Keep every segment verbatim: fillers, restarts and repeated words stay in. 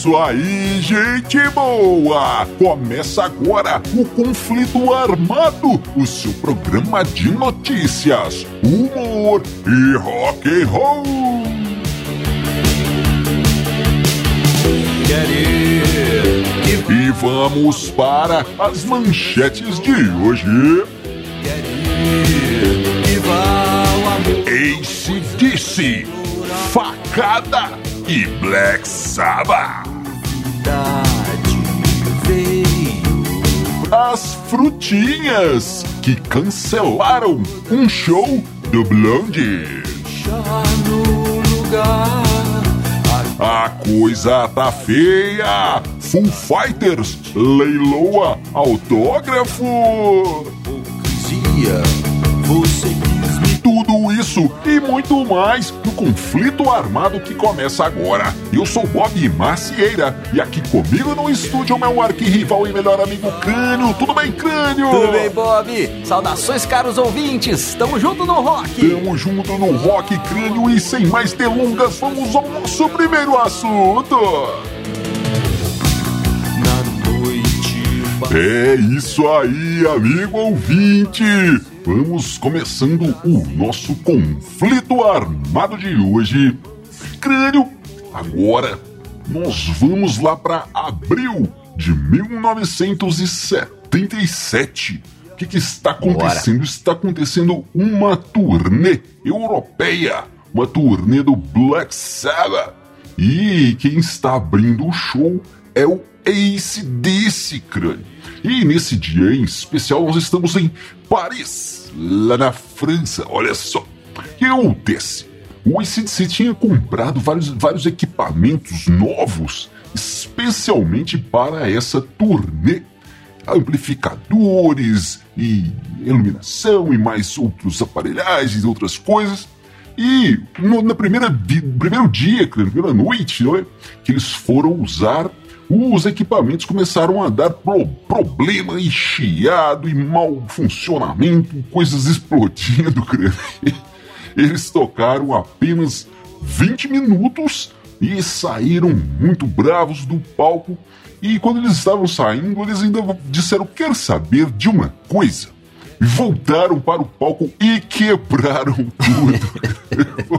isso aí, gente boa! Começa agora o Conflito Armado, o seu programa de notícias, humor e rock and roll. E vamos para as manchetes de hoje. A C D C, Facada e Black Sabbath. As Frutinhas, que cancelaram um show do Blondie. A coisa tá feia. Foo Fighters leiloa autógrafo. Tudo isso e muito mais no Conflito Armado que começa agora. Eu sou Bob Macieira e aqui comigo no estúdio meu arquirrival e melhor amigo Crânio. Tudo bem, Crânio? Tudo bem, Bob? Saudações, caros ouvintes. Tamo junto no rock. Tamo junto no rock, Crânio, e sem mais delongas, vamos ao nosso primeiro assunto. É isso aí, amigo ouvinte! Vamos começando o nosso Conflito Armado de hoje. Crânio, agora nós vamos lá para abril de mil novecentos e setenta e sete. O que, que está acontecendo? Bora. Está acontecendo uma turnê europeia, uma turnê do Black Sabbath. E quem está abrindo o show é o A C D C, Crânio. E nesse dia em especial nós estamos em Paris, lá na França. Olha só, o que acontece? O A C D C tinha comprado vários, vários equipamentos novos, especialmente para essa turnê. Amplificadores e iluminação e mais outros aparelhagens e outras coisas. E no na primeira, primeiro dia, na primeira noite, não é, que eles foram usar, os equipamentos começaram a dar pro, problema e chiado e mau funcionamento, coisas explodindo. Eles tocaram apenas vinte minutos e saíram muito bravos do palco. E quando eles estavam saindo, eles ainda disseram: quer saber de uma coisa? E voltaram para o palco e quebraram tudo.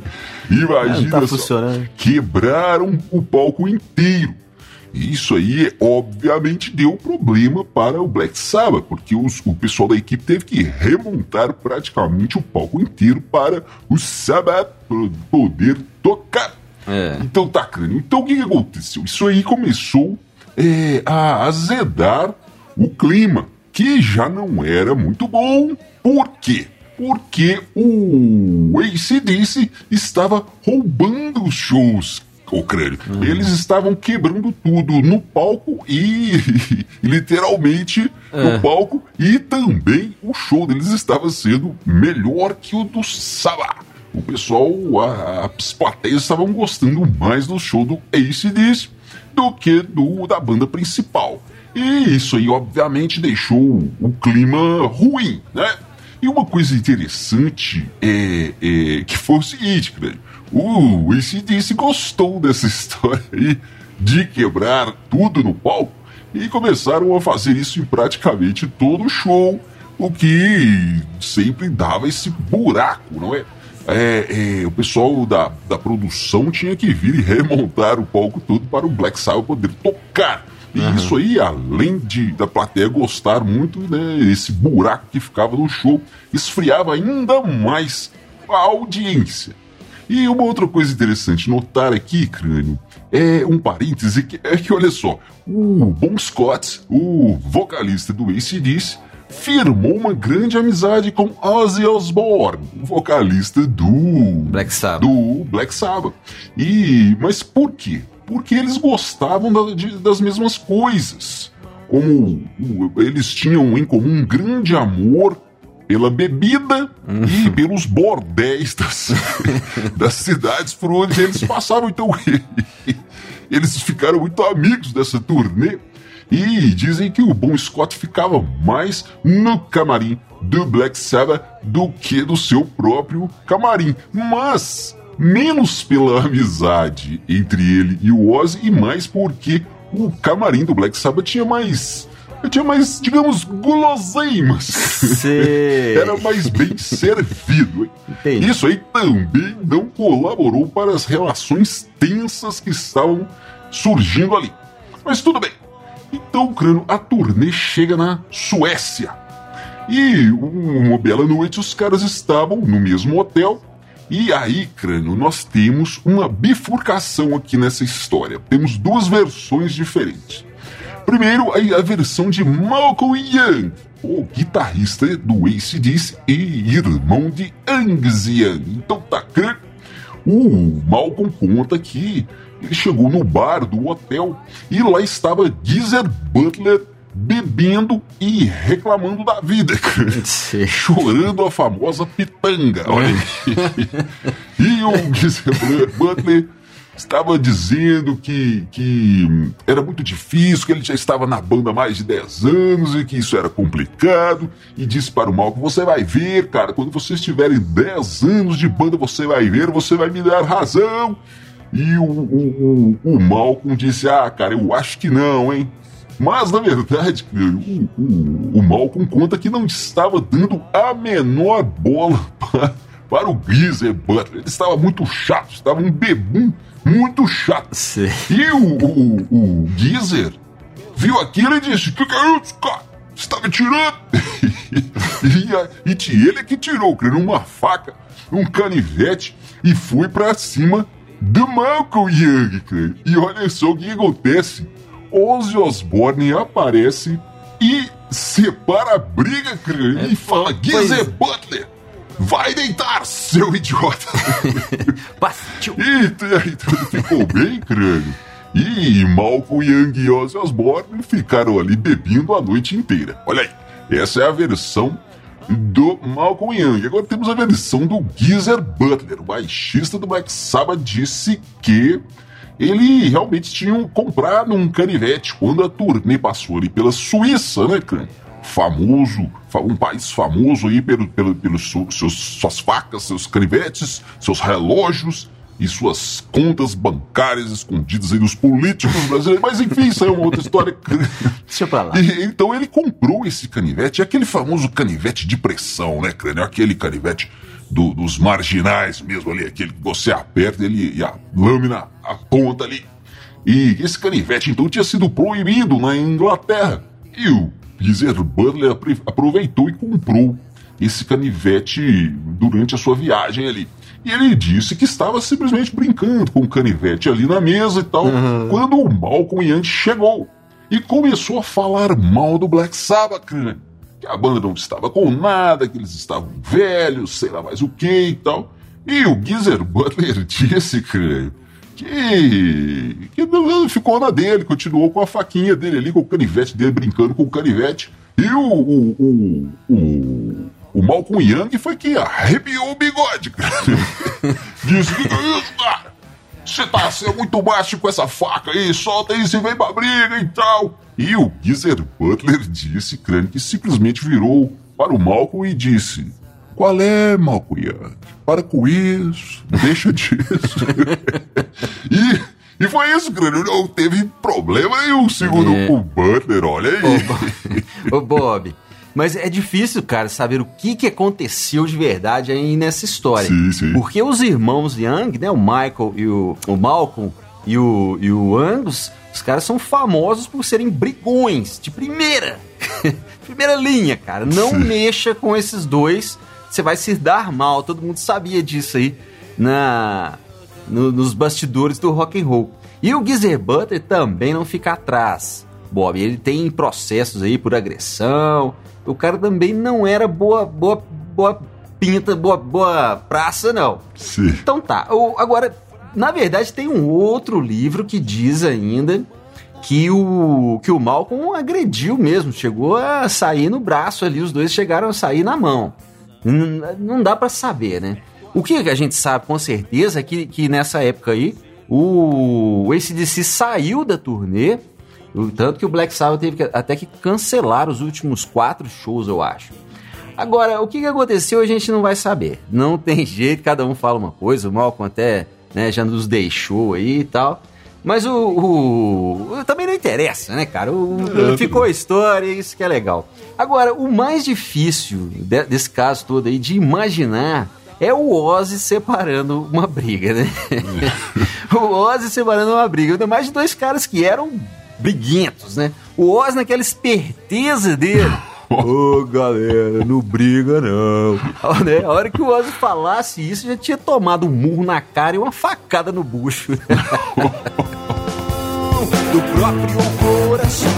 Imagina tá só, quebraram o palco inteiro. E isso aí, obviamente, deu problema para o Black Sabbath, porque os, o pessoal da equipe teve que remontar praticamente o palco inteiro para o Sabbath poder tocar. É. Então tá, Crânio. Então o que, que aconteceu? Isso aí começou é, a azedar o clima, que já não era muito bom. Por quê? Porque o A C D C estava roubando os shows, o Crânio. Uhum. Eles estavam quebrando tudo no palco e, literalmente, é. no palco, e também o show deles estava sendo melhor que o do Sabbath. O pessoal, a, as plateias estavam gostando mais do show do A C D C do que do da banda principal. E isso aí, obviamente, deixou o clima ruim, né? E uma coisa interessante é, é que foi o seguinte, Crânio. O A C D C gostou dessa história aí de quebrar tudo no palco e começaram a fazer isso em praticamente todo o show, o que sempre dava esse buraco, não é? É, é, o pessoal da, da produção tinha que vir e remontar o palco todo para o Black Sabbath poder tocar. E uhum. isso aí, além de da plateia gostar muito, né, esse buraco que ficava no show, esfriava ainda mais a audiência. E uma outra coisa interessante notar aqui, Crânio, é um parêntese, que é que, olha só, o Bon Scott, o vocalista do A C D C, firmou uma grande amizade com Ozzy Osbourne, o vocalista do Black Sabbath. Do Black Sabbath. E, mas por quê? Porque eles gostavam da, de, das mesmas coisas. Como eles tinham em comum um grande amor pela bebida uhum. e pelos bordéis das, das cidades por onde eles passavam. Então, eles ficaram muito amigos dessa turnê. E dizem que o Bon Scott ficava mais no camarim do Black Sabbath do que do seu próprio camarim. Mas menos pela amizade entre ele e o Ozzy e mais porque o camarim do Black Sabbath tinha mais, tinha mais, digamos, guloseimas. Era mais bem servido. Entendi. Isso aí também não colaborou para as relações tensas que estavam surgindo ali. Mas tudo bem. Então, Crânio, a turnê chega na Suécia. E uma bela noite os caras estavam no mesmo hotel. E aí, Crânio, nós temos uma bifurcação aqui nessa história. Temos duas versões diferentes. Primeiro, a, a versão de Malcolm Young, o guitarrista do A C D C e irmão de Angus Young. Então tá, Crânio, o Malcolm conta que ele chegou no bar do hotel e lá estava Geezer Butler bebendo e reclamando da vida, chorando a famosa pitanga. Olha aí. E o Geezer Butler estava dizendo que, que era muito difícil, que ele já estava na banda há mais de dez anos e que isso era complicado, e disse para o Malcolm: você vai ver, cara, quando vocês tiverem dez anos de banda, você vai ver, você vai me dar razão. E o, o, o, o Malcolm disse: ah, cara, eu acho que não, hein? Mas, na verdade, o, o, o Malcolm conta que não estava dando a menor bola para, para o Geezer Butler. Ele estava muito chato, estava um bebum muito chato. Sim. E o, o, o Geezer viu aquilo e disse: que que é isso, cara? Você está me tirando? e, e, e ele que tirou, crendo uma faca, um canivete, e foi para cima do Malcolm Young, cara. E olha só o que acontece. Ozzy Osbourne aparece e separa a briga, cara, é, e fala: Geezer Butler, vai deitar, seu idiota. E aí tudo ficou bem, crânio. E Malcolm Young e Ozzy Osbourne ficaram ali bebendo a noite inteira. Olha aí, essa é a versão do Malcolm Young. Agora temos a versão do Geezer Butler. O baixista do Black Sabbath disse que ele realmente tinha comprado um canivete quando a turnê passou ali pela Suíça, né, cara? Famoso, um país famoso aí pelo, pelo, pelos seus, suas facas, seus canivetes, seus relógios e suas contas bancárias escondidas aí dos políticos brasileiros. Mas enfim, isso é uma outra história. Deixa pra lá. E, então ele comprou esse canivete, aquele famoso canivete de pressão, né, crânio? Aquele canivete do, dos marginais mesmo ali, aquele que você aperta ele, e a lâmina aponta ali. E esse canivete então tinha sido proibido na Inglaterra. E o Geezer Butler aproveitou e comprou esse canivete durante a sua viagem ali. E ele disse que estava simplesmente brincando com o canivete ali na mesa e tal, uhum. quando o Malcolm Young chegou e começou a falar mal do Black Sabbath, que a banda não estava com nada, que eles estavam velhos, sei lá mais o que e tal. E o Geezer Butler disse, cara, que, que não ficou na dele, continuou com a faquinha dele ali, com o canivete dele, brincando com o canivete. E o, o, o, o, o Malcolm Young foi que arrepiou o bigode, cara. Disse: que é isso, cara? Você tá sendo muito macho com essa faca aí, solta isso e vem pra briga e tal. E o Geezer Butler disse, crânio, que simplesmente virou para o Malcolm e disse: qual é, Malcolm Young? Para com isso, deixa disso. e, e foi isso, crânio, não teve problema nenhum, segundo é. o Butler, olha aí. Ô, Ô Bob, mas é difícil, cara, saber o que, que aconteceu de verdade aí nessa história. Sim, sim. Porque os irmãos Young, né, o Michael e o, o Malcolm e o, e o Angus, os caras são famosos por serem brigões de primeira. Primeira linha, cara. Não sim. mexa com esses dois, você vai se dar mal. Todo mundo sabia disso aí na, no, nos bastidores do rock and roll. E o Geezer Butler também não fica atrás, Bob. Ele tem processos aí por agressão. O cara também não era boa, boa, boa pinta, boa, boa praça, não. Sim. Então tá. O, agora, na verdade, tem um outro livro que diz ainda que o, que o Malcolm agrediu mesmo. Chegou a sair no braço ali. Os dois chegaram a sair na mão. Não, não dá pra saber, né? O que a gente sabe com certeza é que, que nessa época aí o, o A C D C saiu da turnê. Tanto que o Black Sabbath teve que, até que cancelar os últimos quatro shows, eu acho. Agora, o que, que aconteceu a gente não vai saber. Não tem jeito, cada um fala uma coisa, o Malcolm até, né, já nos deixou aí e tal. Mas o, o, o... também não interessa, né, cara? O, o, ficou a história, isso que é legal. Agora, o mais difícil de, desse caso todo aí de imaginar é o Ozzy separando uma briga, né? O Ozzy separando uma briga. Ainda mais de dois caras que eram briguentos, né? O Ozzy naquela esperteza dele. Ô, oh, galera, não briga não. A hora que o Ozzy falasse isso, já tinha tomado um murro na cara e uma facada no bucho. Do próprio coração.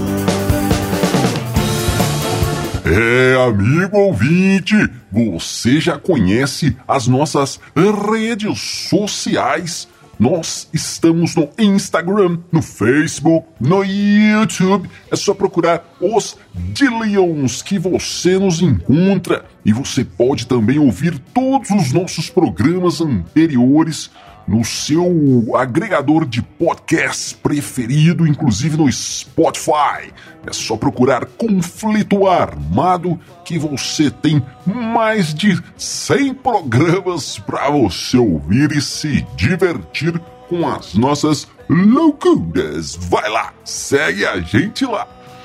É, amigo ouvinte, você já conhece as nossas redes sociais? Nós estamos no Instagram, no Facebook, no YouTube. É só procurar os Dillions que você nos encontra. E você pode também ouvir todos os nossos programas anteriores no seu agregador de podcasts preferido, inclusive no Spotify. É só procurar Conflito Armado que você tem mais de cem programas para você ouvir e se divertir com as nossas loucuras. Vai lá, segue a gente lá.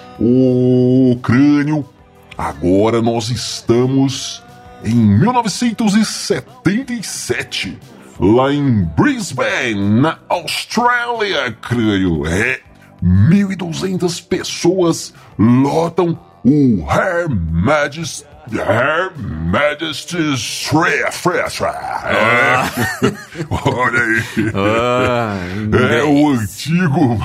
Ô, Crânio, agora nós estamos em mil novecentos e setenta e sete. Lá em Brisbane, na Austrália, creio. É, mil e duzentas pessoas lotam o Her Majesty's Her Majesty's Theatre. É, olha aí. Ah, é o antigo,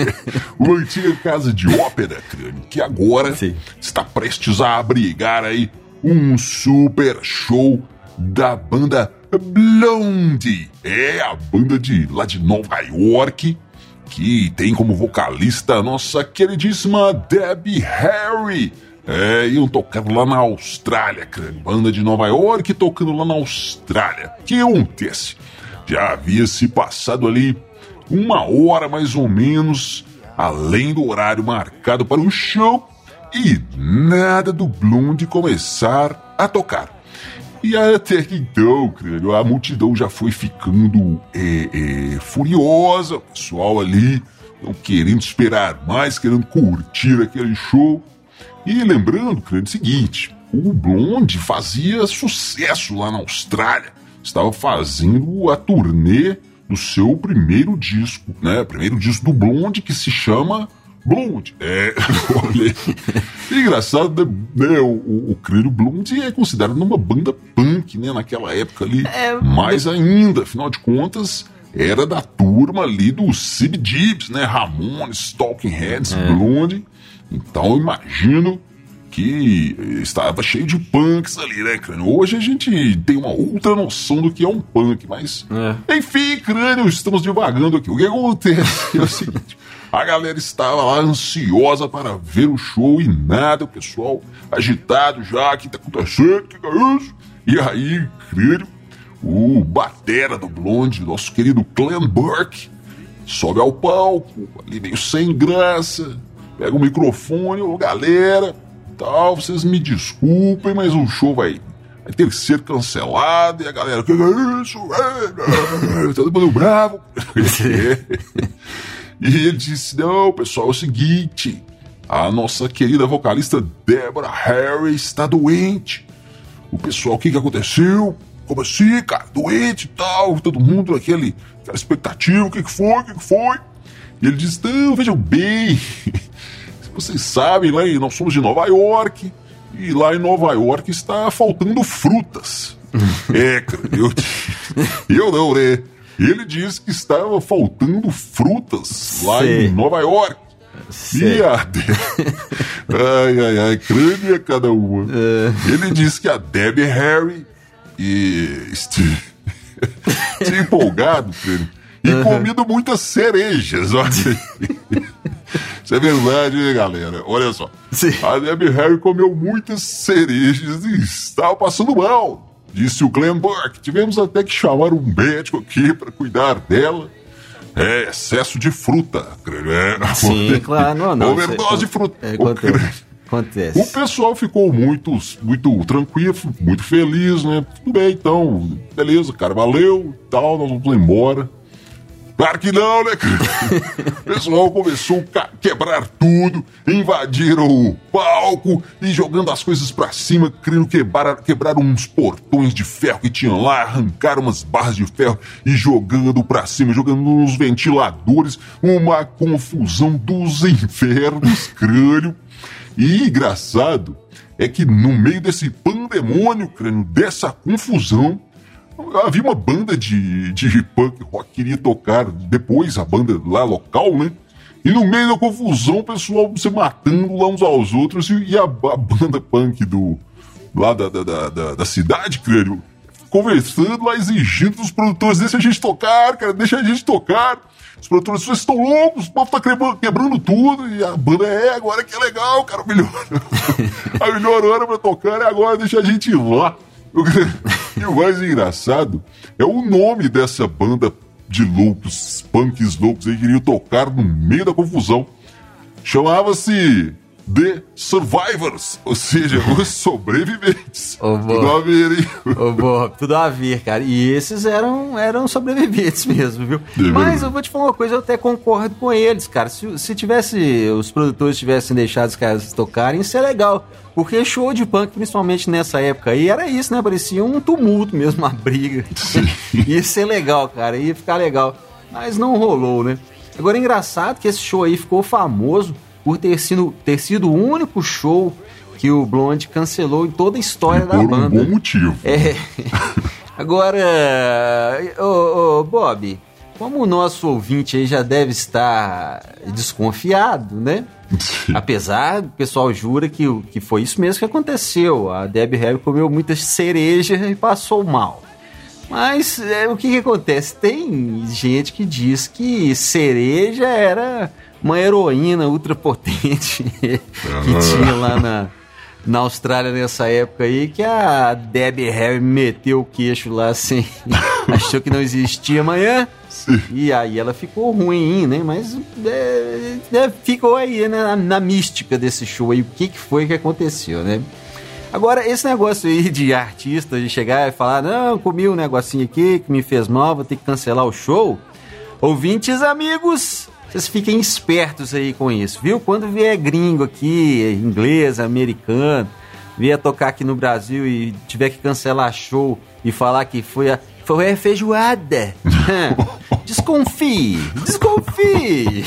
o antiga casa de ópera, crânio, que agora Sim. está prestes a abrigar aí um super show da banda Blondie. É a banda de lá de Nova York, que tem como vocalista a nossa queridíssima Debbie Harry. É, iam tocar lá na Austrália, cara. Banda de Nova York tocando lá na Austrália. O que acontece? Já havia se passado ali uma hora mais ou menos, além do horário marcado para o show, e nada do Blondie começar a tocar. E até que então, crânio, a multidão já foi ficando é, é, furiosa, o pessoal ali não querendo esperar mais, querendo curtir aquele show. E lembrando, crânio, o seguinte, o Blondie fazia sucesso lá na Austrália, estava fazendo a turnê do seu primeiro disco, né? Primeiro disco do Blondie, que se chama Blondie. É, olha, engraçado, né? O, o, o crânio Blondie é considerado uma banda punk, né? Naquela época ali, é, mais ainda, afinal de contas, era da turma ali do C B G Bs, né? Ramones, Talking Heads, é. Blondie. Então eu imagino que estava cheio de punks ali, né, crânio? Hoje a gente tem uma outra noção do que é um punk, mas... É. Enfim, crânio, estamos divagando aqui. O que acontece é o seguinte... A galera estava lá ansiosa para ver o show e nada, o pessoal agitado já, o que tá acontecendo, o que é isso? E aí, crânio, o batera do Blondie, nosso querido Glenn Burke, sobe ao palco, ali meio sem graça, pega o microfone, ô galera, tal, vocês me desculpem, mas o show vai, vai ter que ser cancelado, e a galera, que é isso? É, todo mundo bravo. E ele disse, não, pessoal, é o seguinte, a nossa querida vocalista Deborah Harry está doente. O pessoal, o que que aconteceu? Como assim, cara? Doente e tal, todo mundo naquele, aquela expectativa, o que que foi, o que que foi? E ele disse, não, vejam bem, vocês sabem, lá nós somos de Nova York, e lá em Nova York está faltando frutas. É, cara, eu, eu não, né? Ele disse que estava faltando frutas lá Sei. em Nova York. Sei. E a Debbie... ai, ai, ai, crânio a cada uma. Uh... Ele disse que a Debbie Harry e... tinha empolgado, crânio, e uh-huh. comido muitas cerejas. Olha. Isso é verdade, né, galera? Olha só. Sim. A Debbie Harry comeu muitas cerejas e estava passando mal. Disse o Glenn Burke, tivemos até que chamar um médico aqui para cuidar dela. É, excesso de fruta. É, Sim, claro. Não, não, overdose de fruta. É, quanto, Acontece. O pessoal ficou muito, muito tranquilo, muito feliz, né? Tudo bem, então, beleza, cara, valeu e tal, nós vamos embora. Claro que não, né, cara? O pessoal começou a quebrar tudo, invadiram o palco e jogando as coisas pra cima, querendo quebrar, quebrar uns portões de ferro que tinham lá, arrancaram umas barras de ferro e jogando pra cima, jogando nos ventiladores, uma confusão dos infernos, crânio. E engraçado é que no meio desse pandemônio, crânio, dessa confusão, havia uma banda de, de punk rock que queria tocar depois, a banda lá local, né? E no meio da confusão, o pessoal se matando lá uns aos outros e, e a, a banda punk do, lá da, da, da, da cidade, crânio, conversando lá, exigindo dos produtores, deixa a gente tocar, cara, deixa a gente tocar. Os produtores, vocês estão loucos, o povo tá quebrando, quebrando tudo. E a banda, é, agora que é legal, cara, a melhor, a melhor hora pra tocar é agora, deixa a gente ir lá. E o mais engraçado é o nome dessa banda de loucos, punks loucos, aí queriam tocar no meio da confusão. Chamava-se The Survivors, ou seja, os sobreviventes. Oh, tudo a ver, hein? Oh, boa, tudo a ver, cara. E esses eram, eram sobreviventes mesmo, viu? É Mas eu vou te falar uma coisa, eu até concordo com eles, cara. Se, se tivesse, os produtores tivessem deixado os caras tocarem, isso é legal. Porque show de punk, principalmente nessa época aí, era isso, né? Parecia um tumulto mesmo, uma briga. Ia ser legal, cara, ia ficar legal. Mas não rolou, né? Agora é engraçado que esse show aí ficou famoso por ter sido, ter sido o único show que o Blonde cancelou em toda a história da banda. Por um bom motivo. É. Agora, ô, ô, Bob, como o nosso ouvinte aí já deve estar desconfiado, né? Sim. Apesar, o pessoal jura que, que foi isso mesmo que aconteceu. A Debbie Harry comeu muita cereja e passou mal. Mas é, o que, que acontece? Tem gente que diz que cereja era uma heroína ultrapotente que tinha lá na, na Austrália nessa época aí, que a Debbie Harry meteu o queixo lá assim, achou que não existia amanhã. Sim. E aí ela ficou ruim, né? Mas é, é, ficou aí, né, na, na mística desse show aí, o que, que foi que aconteceu, né? Agora, esse negócio aí de artista, de chegar e falar, não, comi um negocinho aqui que me fez mal, vou ter que cancelar o show. Ouvintes amigos, vocês fiquem espertos aí com isso, viu? Quando vier gringo aqui, inglês, americano, vier tocar aqui no Brasil e tiver que cancelar show e falar que foi a, foi a feijoada, desconfie, desconfie.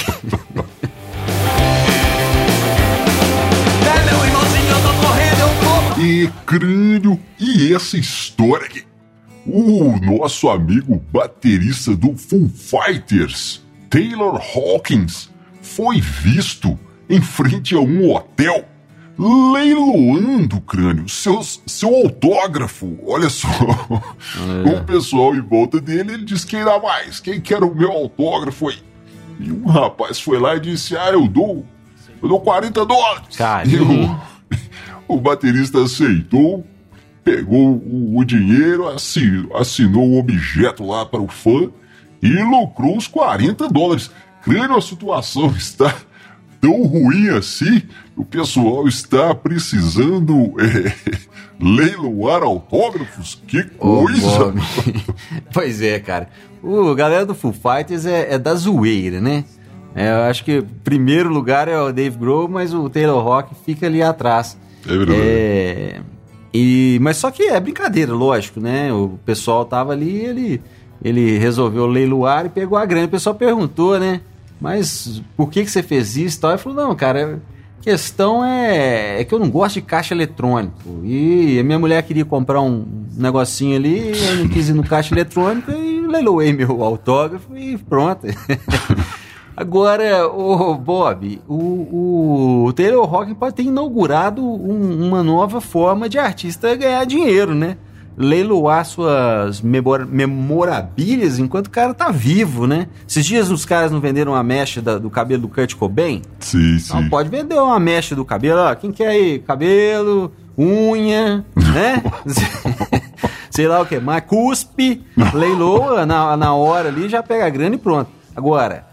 É, meu irmãozinho, eu tô correndo, eu tô... E crânio, e essa história aqui? O nosso amigo baterista do Foo Fighters, Taylor Hawkins, foi visto em frente a um hotel leiloando, crânio, seus, seu autógrafo. Olha só, é. O pessoal em volta dele, ele disse quem dá mais, quem quer o meu autógrafo aí? E um rapaz foi lá e disse, ah, eu dou, eu dou quarenta dólares. Caramba. O baterista aceitou, pegou o, o dinheiro, assinou, assinou o objeto lá para o fã e lucrou os quarenta dólares. Crânio, a situação está tão ruim assim, o pessoal está precisando é, leiloar autógrafos. Que coisa! Oh, pois é, cara. O galera do Foo Fighters é, é da zoeira, né? É, eu acho que o primeiro lugar é o Dave Grohl, mas o Taylor Hawkins fica ali atrás. É verdade. É, e, mas só que é brincadeira, lógico, né? O pessoal tava ali, ele, ele resolveu leiloar e pegou a grana. O pessoal perguntou, né? Mas por que, que você fez isso e tal? Ele falou, não, cara, a questão é, é que eu não gosto de caixa eletrônico. E a minha mulher queria comprar um negocinho ali, eu não quis ir no caixa eletrônico e leiloei meu autógrafo e pronto. Agora, o Bob, o, o Taylor Hawkins pode ter inaugurado um, uma nova forma de artista ganhar dinheiro, né? Leiloar suas memora- memorabilias enquanto o cara tá vivo, né? Esses dias os caras não venderam uma mecha da, do cabelo do Kurt Cobain? Sim, sim. Então pode vender uma mecha do cabelo, ó, quem quer aí? Cabelo, unha, né? Sei lá o que mais, cuspe, leiloa na, na hora ali, já pega a grana e pronto. Agora...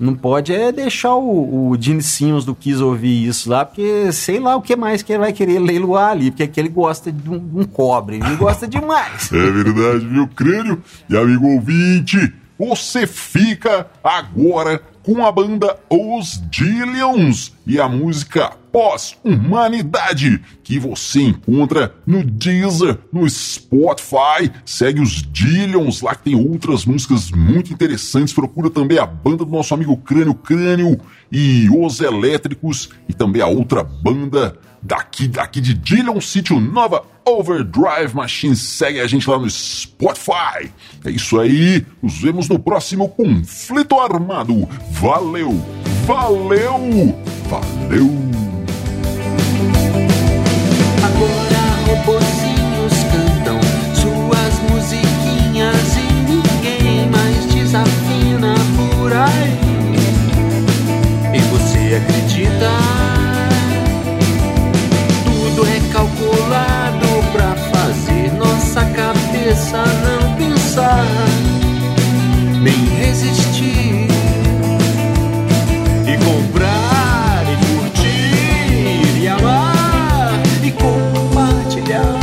Não pode é deixar o, o Gene Simmons do Kiss ouvir isso lá, porque sei lá o que mais que ele vai querer leiloar ali, porque aqui ele gosta de um, um cobre, ele gosta demais. É verdade, viu, Crânio? E amigo ouvinte, você fica agora com a banda Os Dillions e a música Pós-Humanidade, que você encontra no Deezer, no Spotify. Segue os Dillions lá, que tem outras músicas muito interessantes. Procura também a banda do nosso amigo Crânio Crânio e Os Elétricos, e também a outra banda daqui, daqui de Dillon City, Nova Overdrive Machine. Segue a gente lá no Spotify. É isso aí, nos vemos no próximo Conflito Armado. Valeu, valeu, valeu. Agora robozinhos cantam suas musiquinhas e ninguém mais desafina por aí. E você acredita? Tudo é calculado pra fazer nossa cabeça não pensar, nem resistir e comprar e curtir e amar e compartilhar.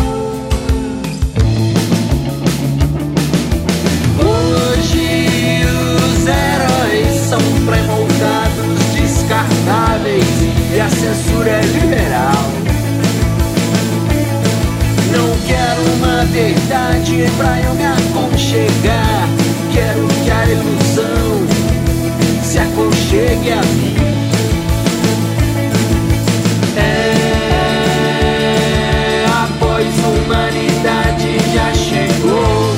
Hoje os heróis são pré-moldados, descartáveis e a censura é liberal. Não quero uma verdade pra eu me aconchegar, quero que a ilusão se aconchegue a mim. É, a pós-humanidade já chegou.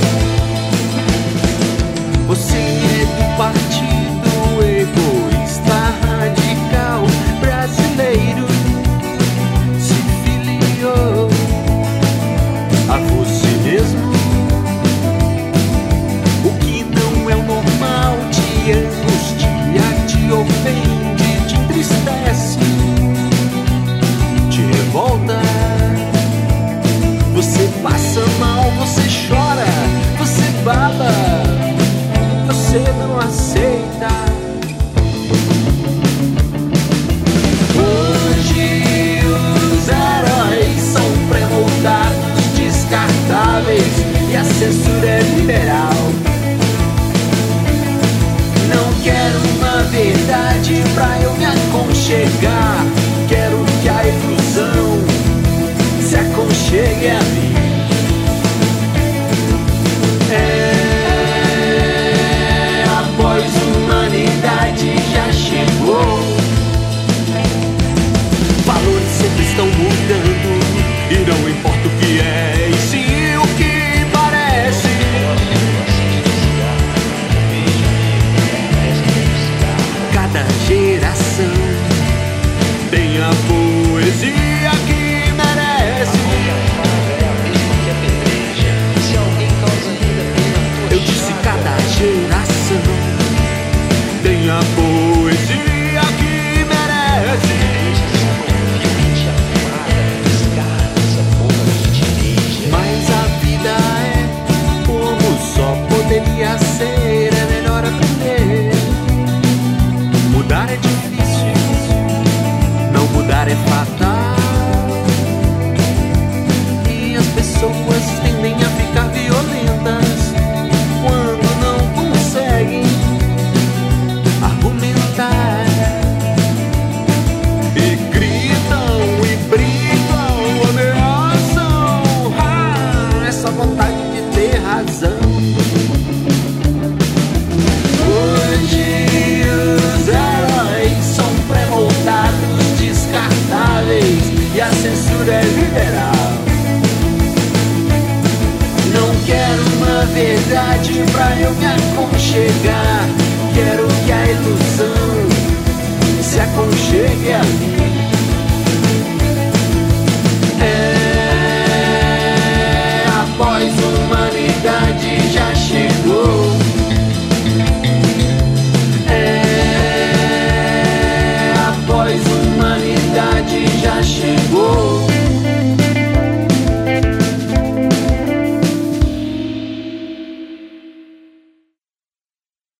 Você é do partido egoísta radical brasileiro, se filiou a você mesmo. O que não é o normal te angustia, te ofende, te entristece, te revolta. Você passa mal, você chora, você baba, você não aceita. Hoje os heróis são pré-moldados, descartáveis e a censura é liberal. Não quero uma verdade pra eu me aconchegar, quero que a ilusão se aconchegue a mim. É, a pós-humanidade já chegou. Valores sempre estão mudando e não importa o que é e sim o que parece. Cada geração tem a poesia que merece. Eu disse cada geração tem a poesia que merece. Mas a vida é como só poderia ser, é melhor aprender. Mudar é difícil, não mudar é fatal. E as pessoas tendem a ficar violentas quando não conseguem argumentar. E gritam e brigam, ameaçam. Ah, essa vontade de ter razão. Hoje os heróis são pré-moldados, descartáveis e a censura é liberal. Não quero uma verdade pra eu me aconchegar, quero que a ilusão se aconchegue a mim.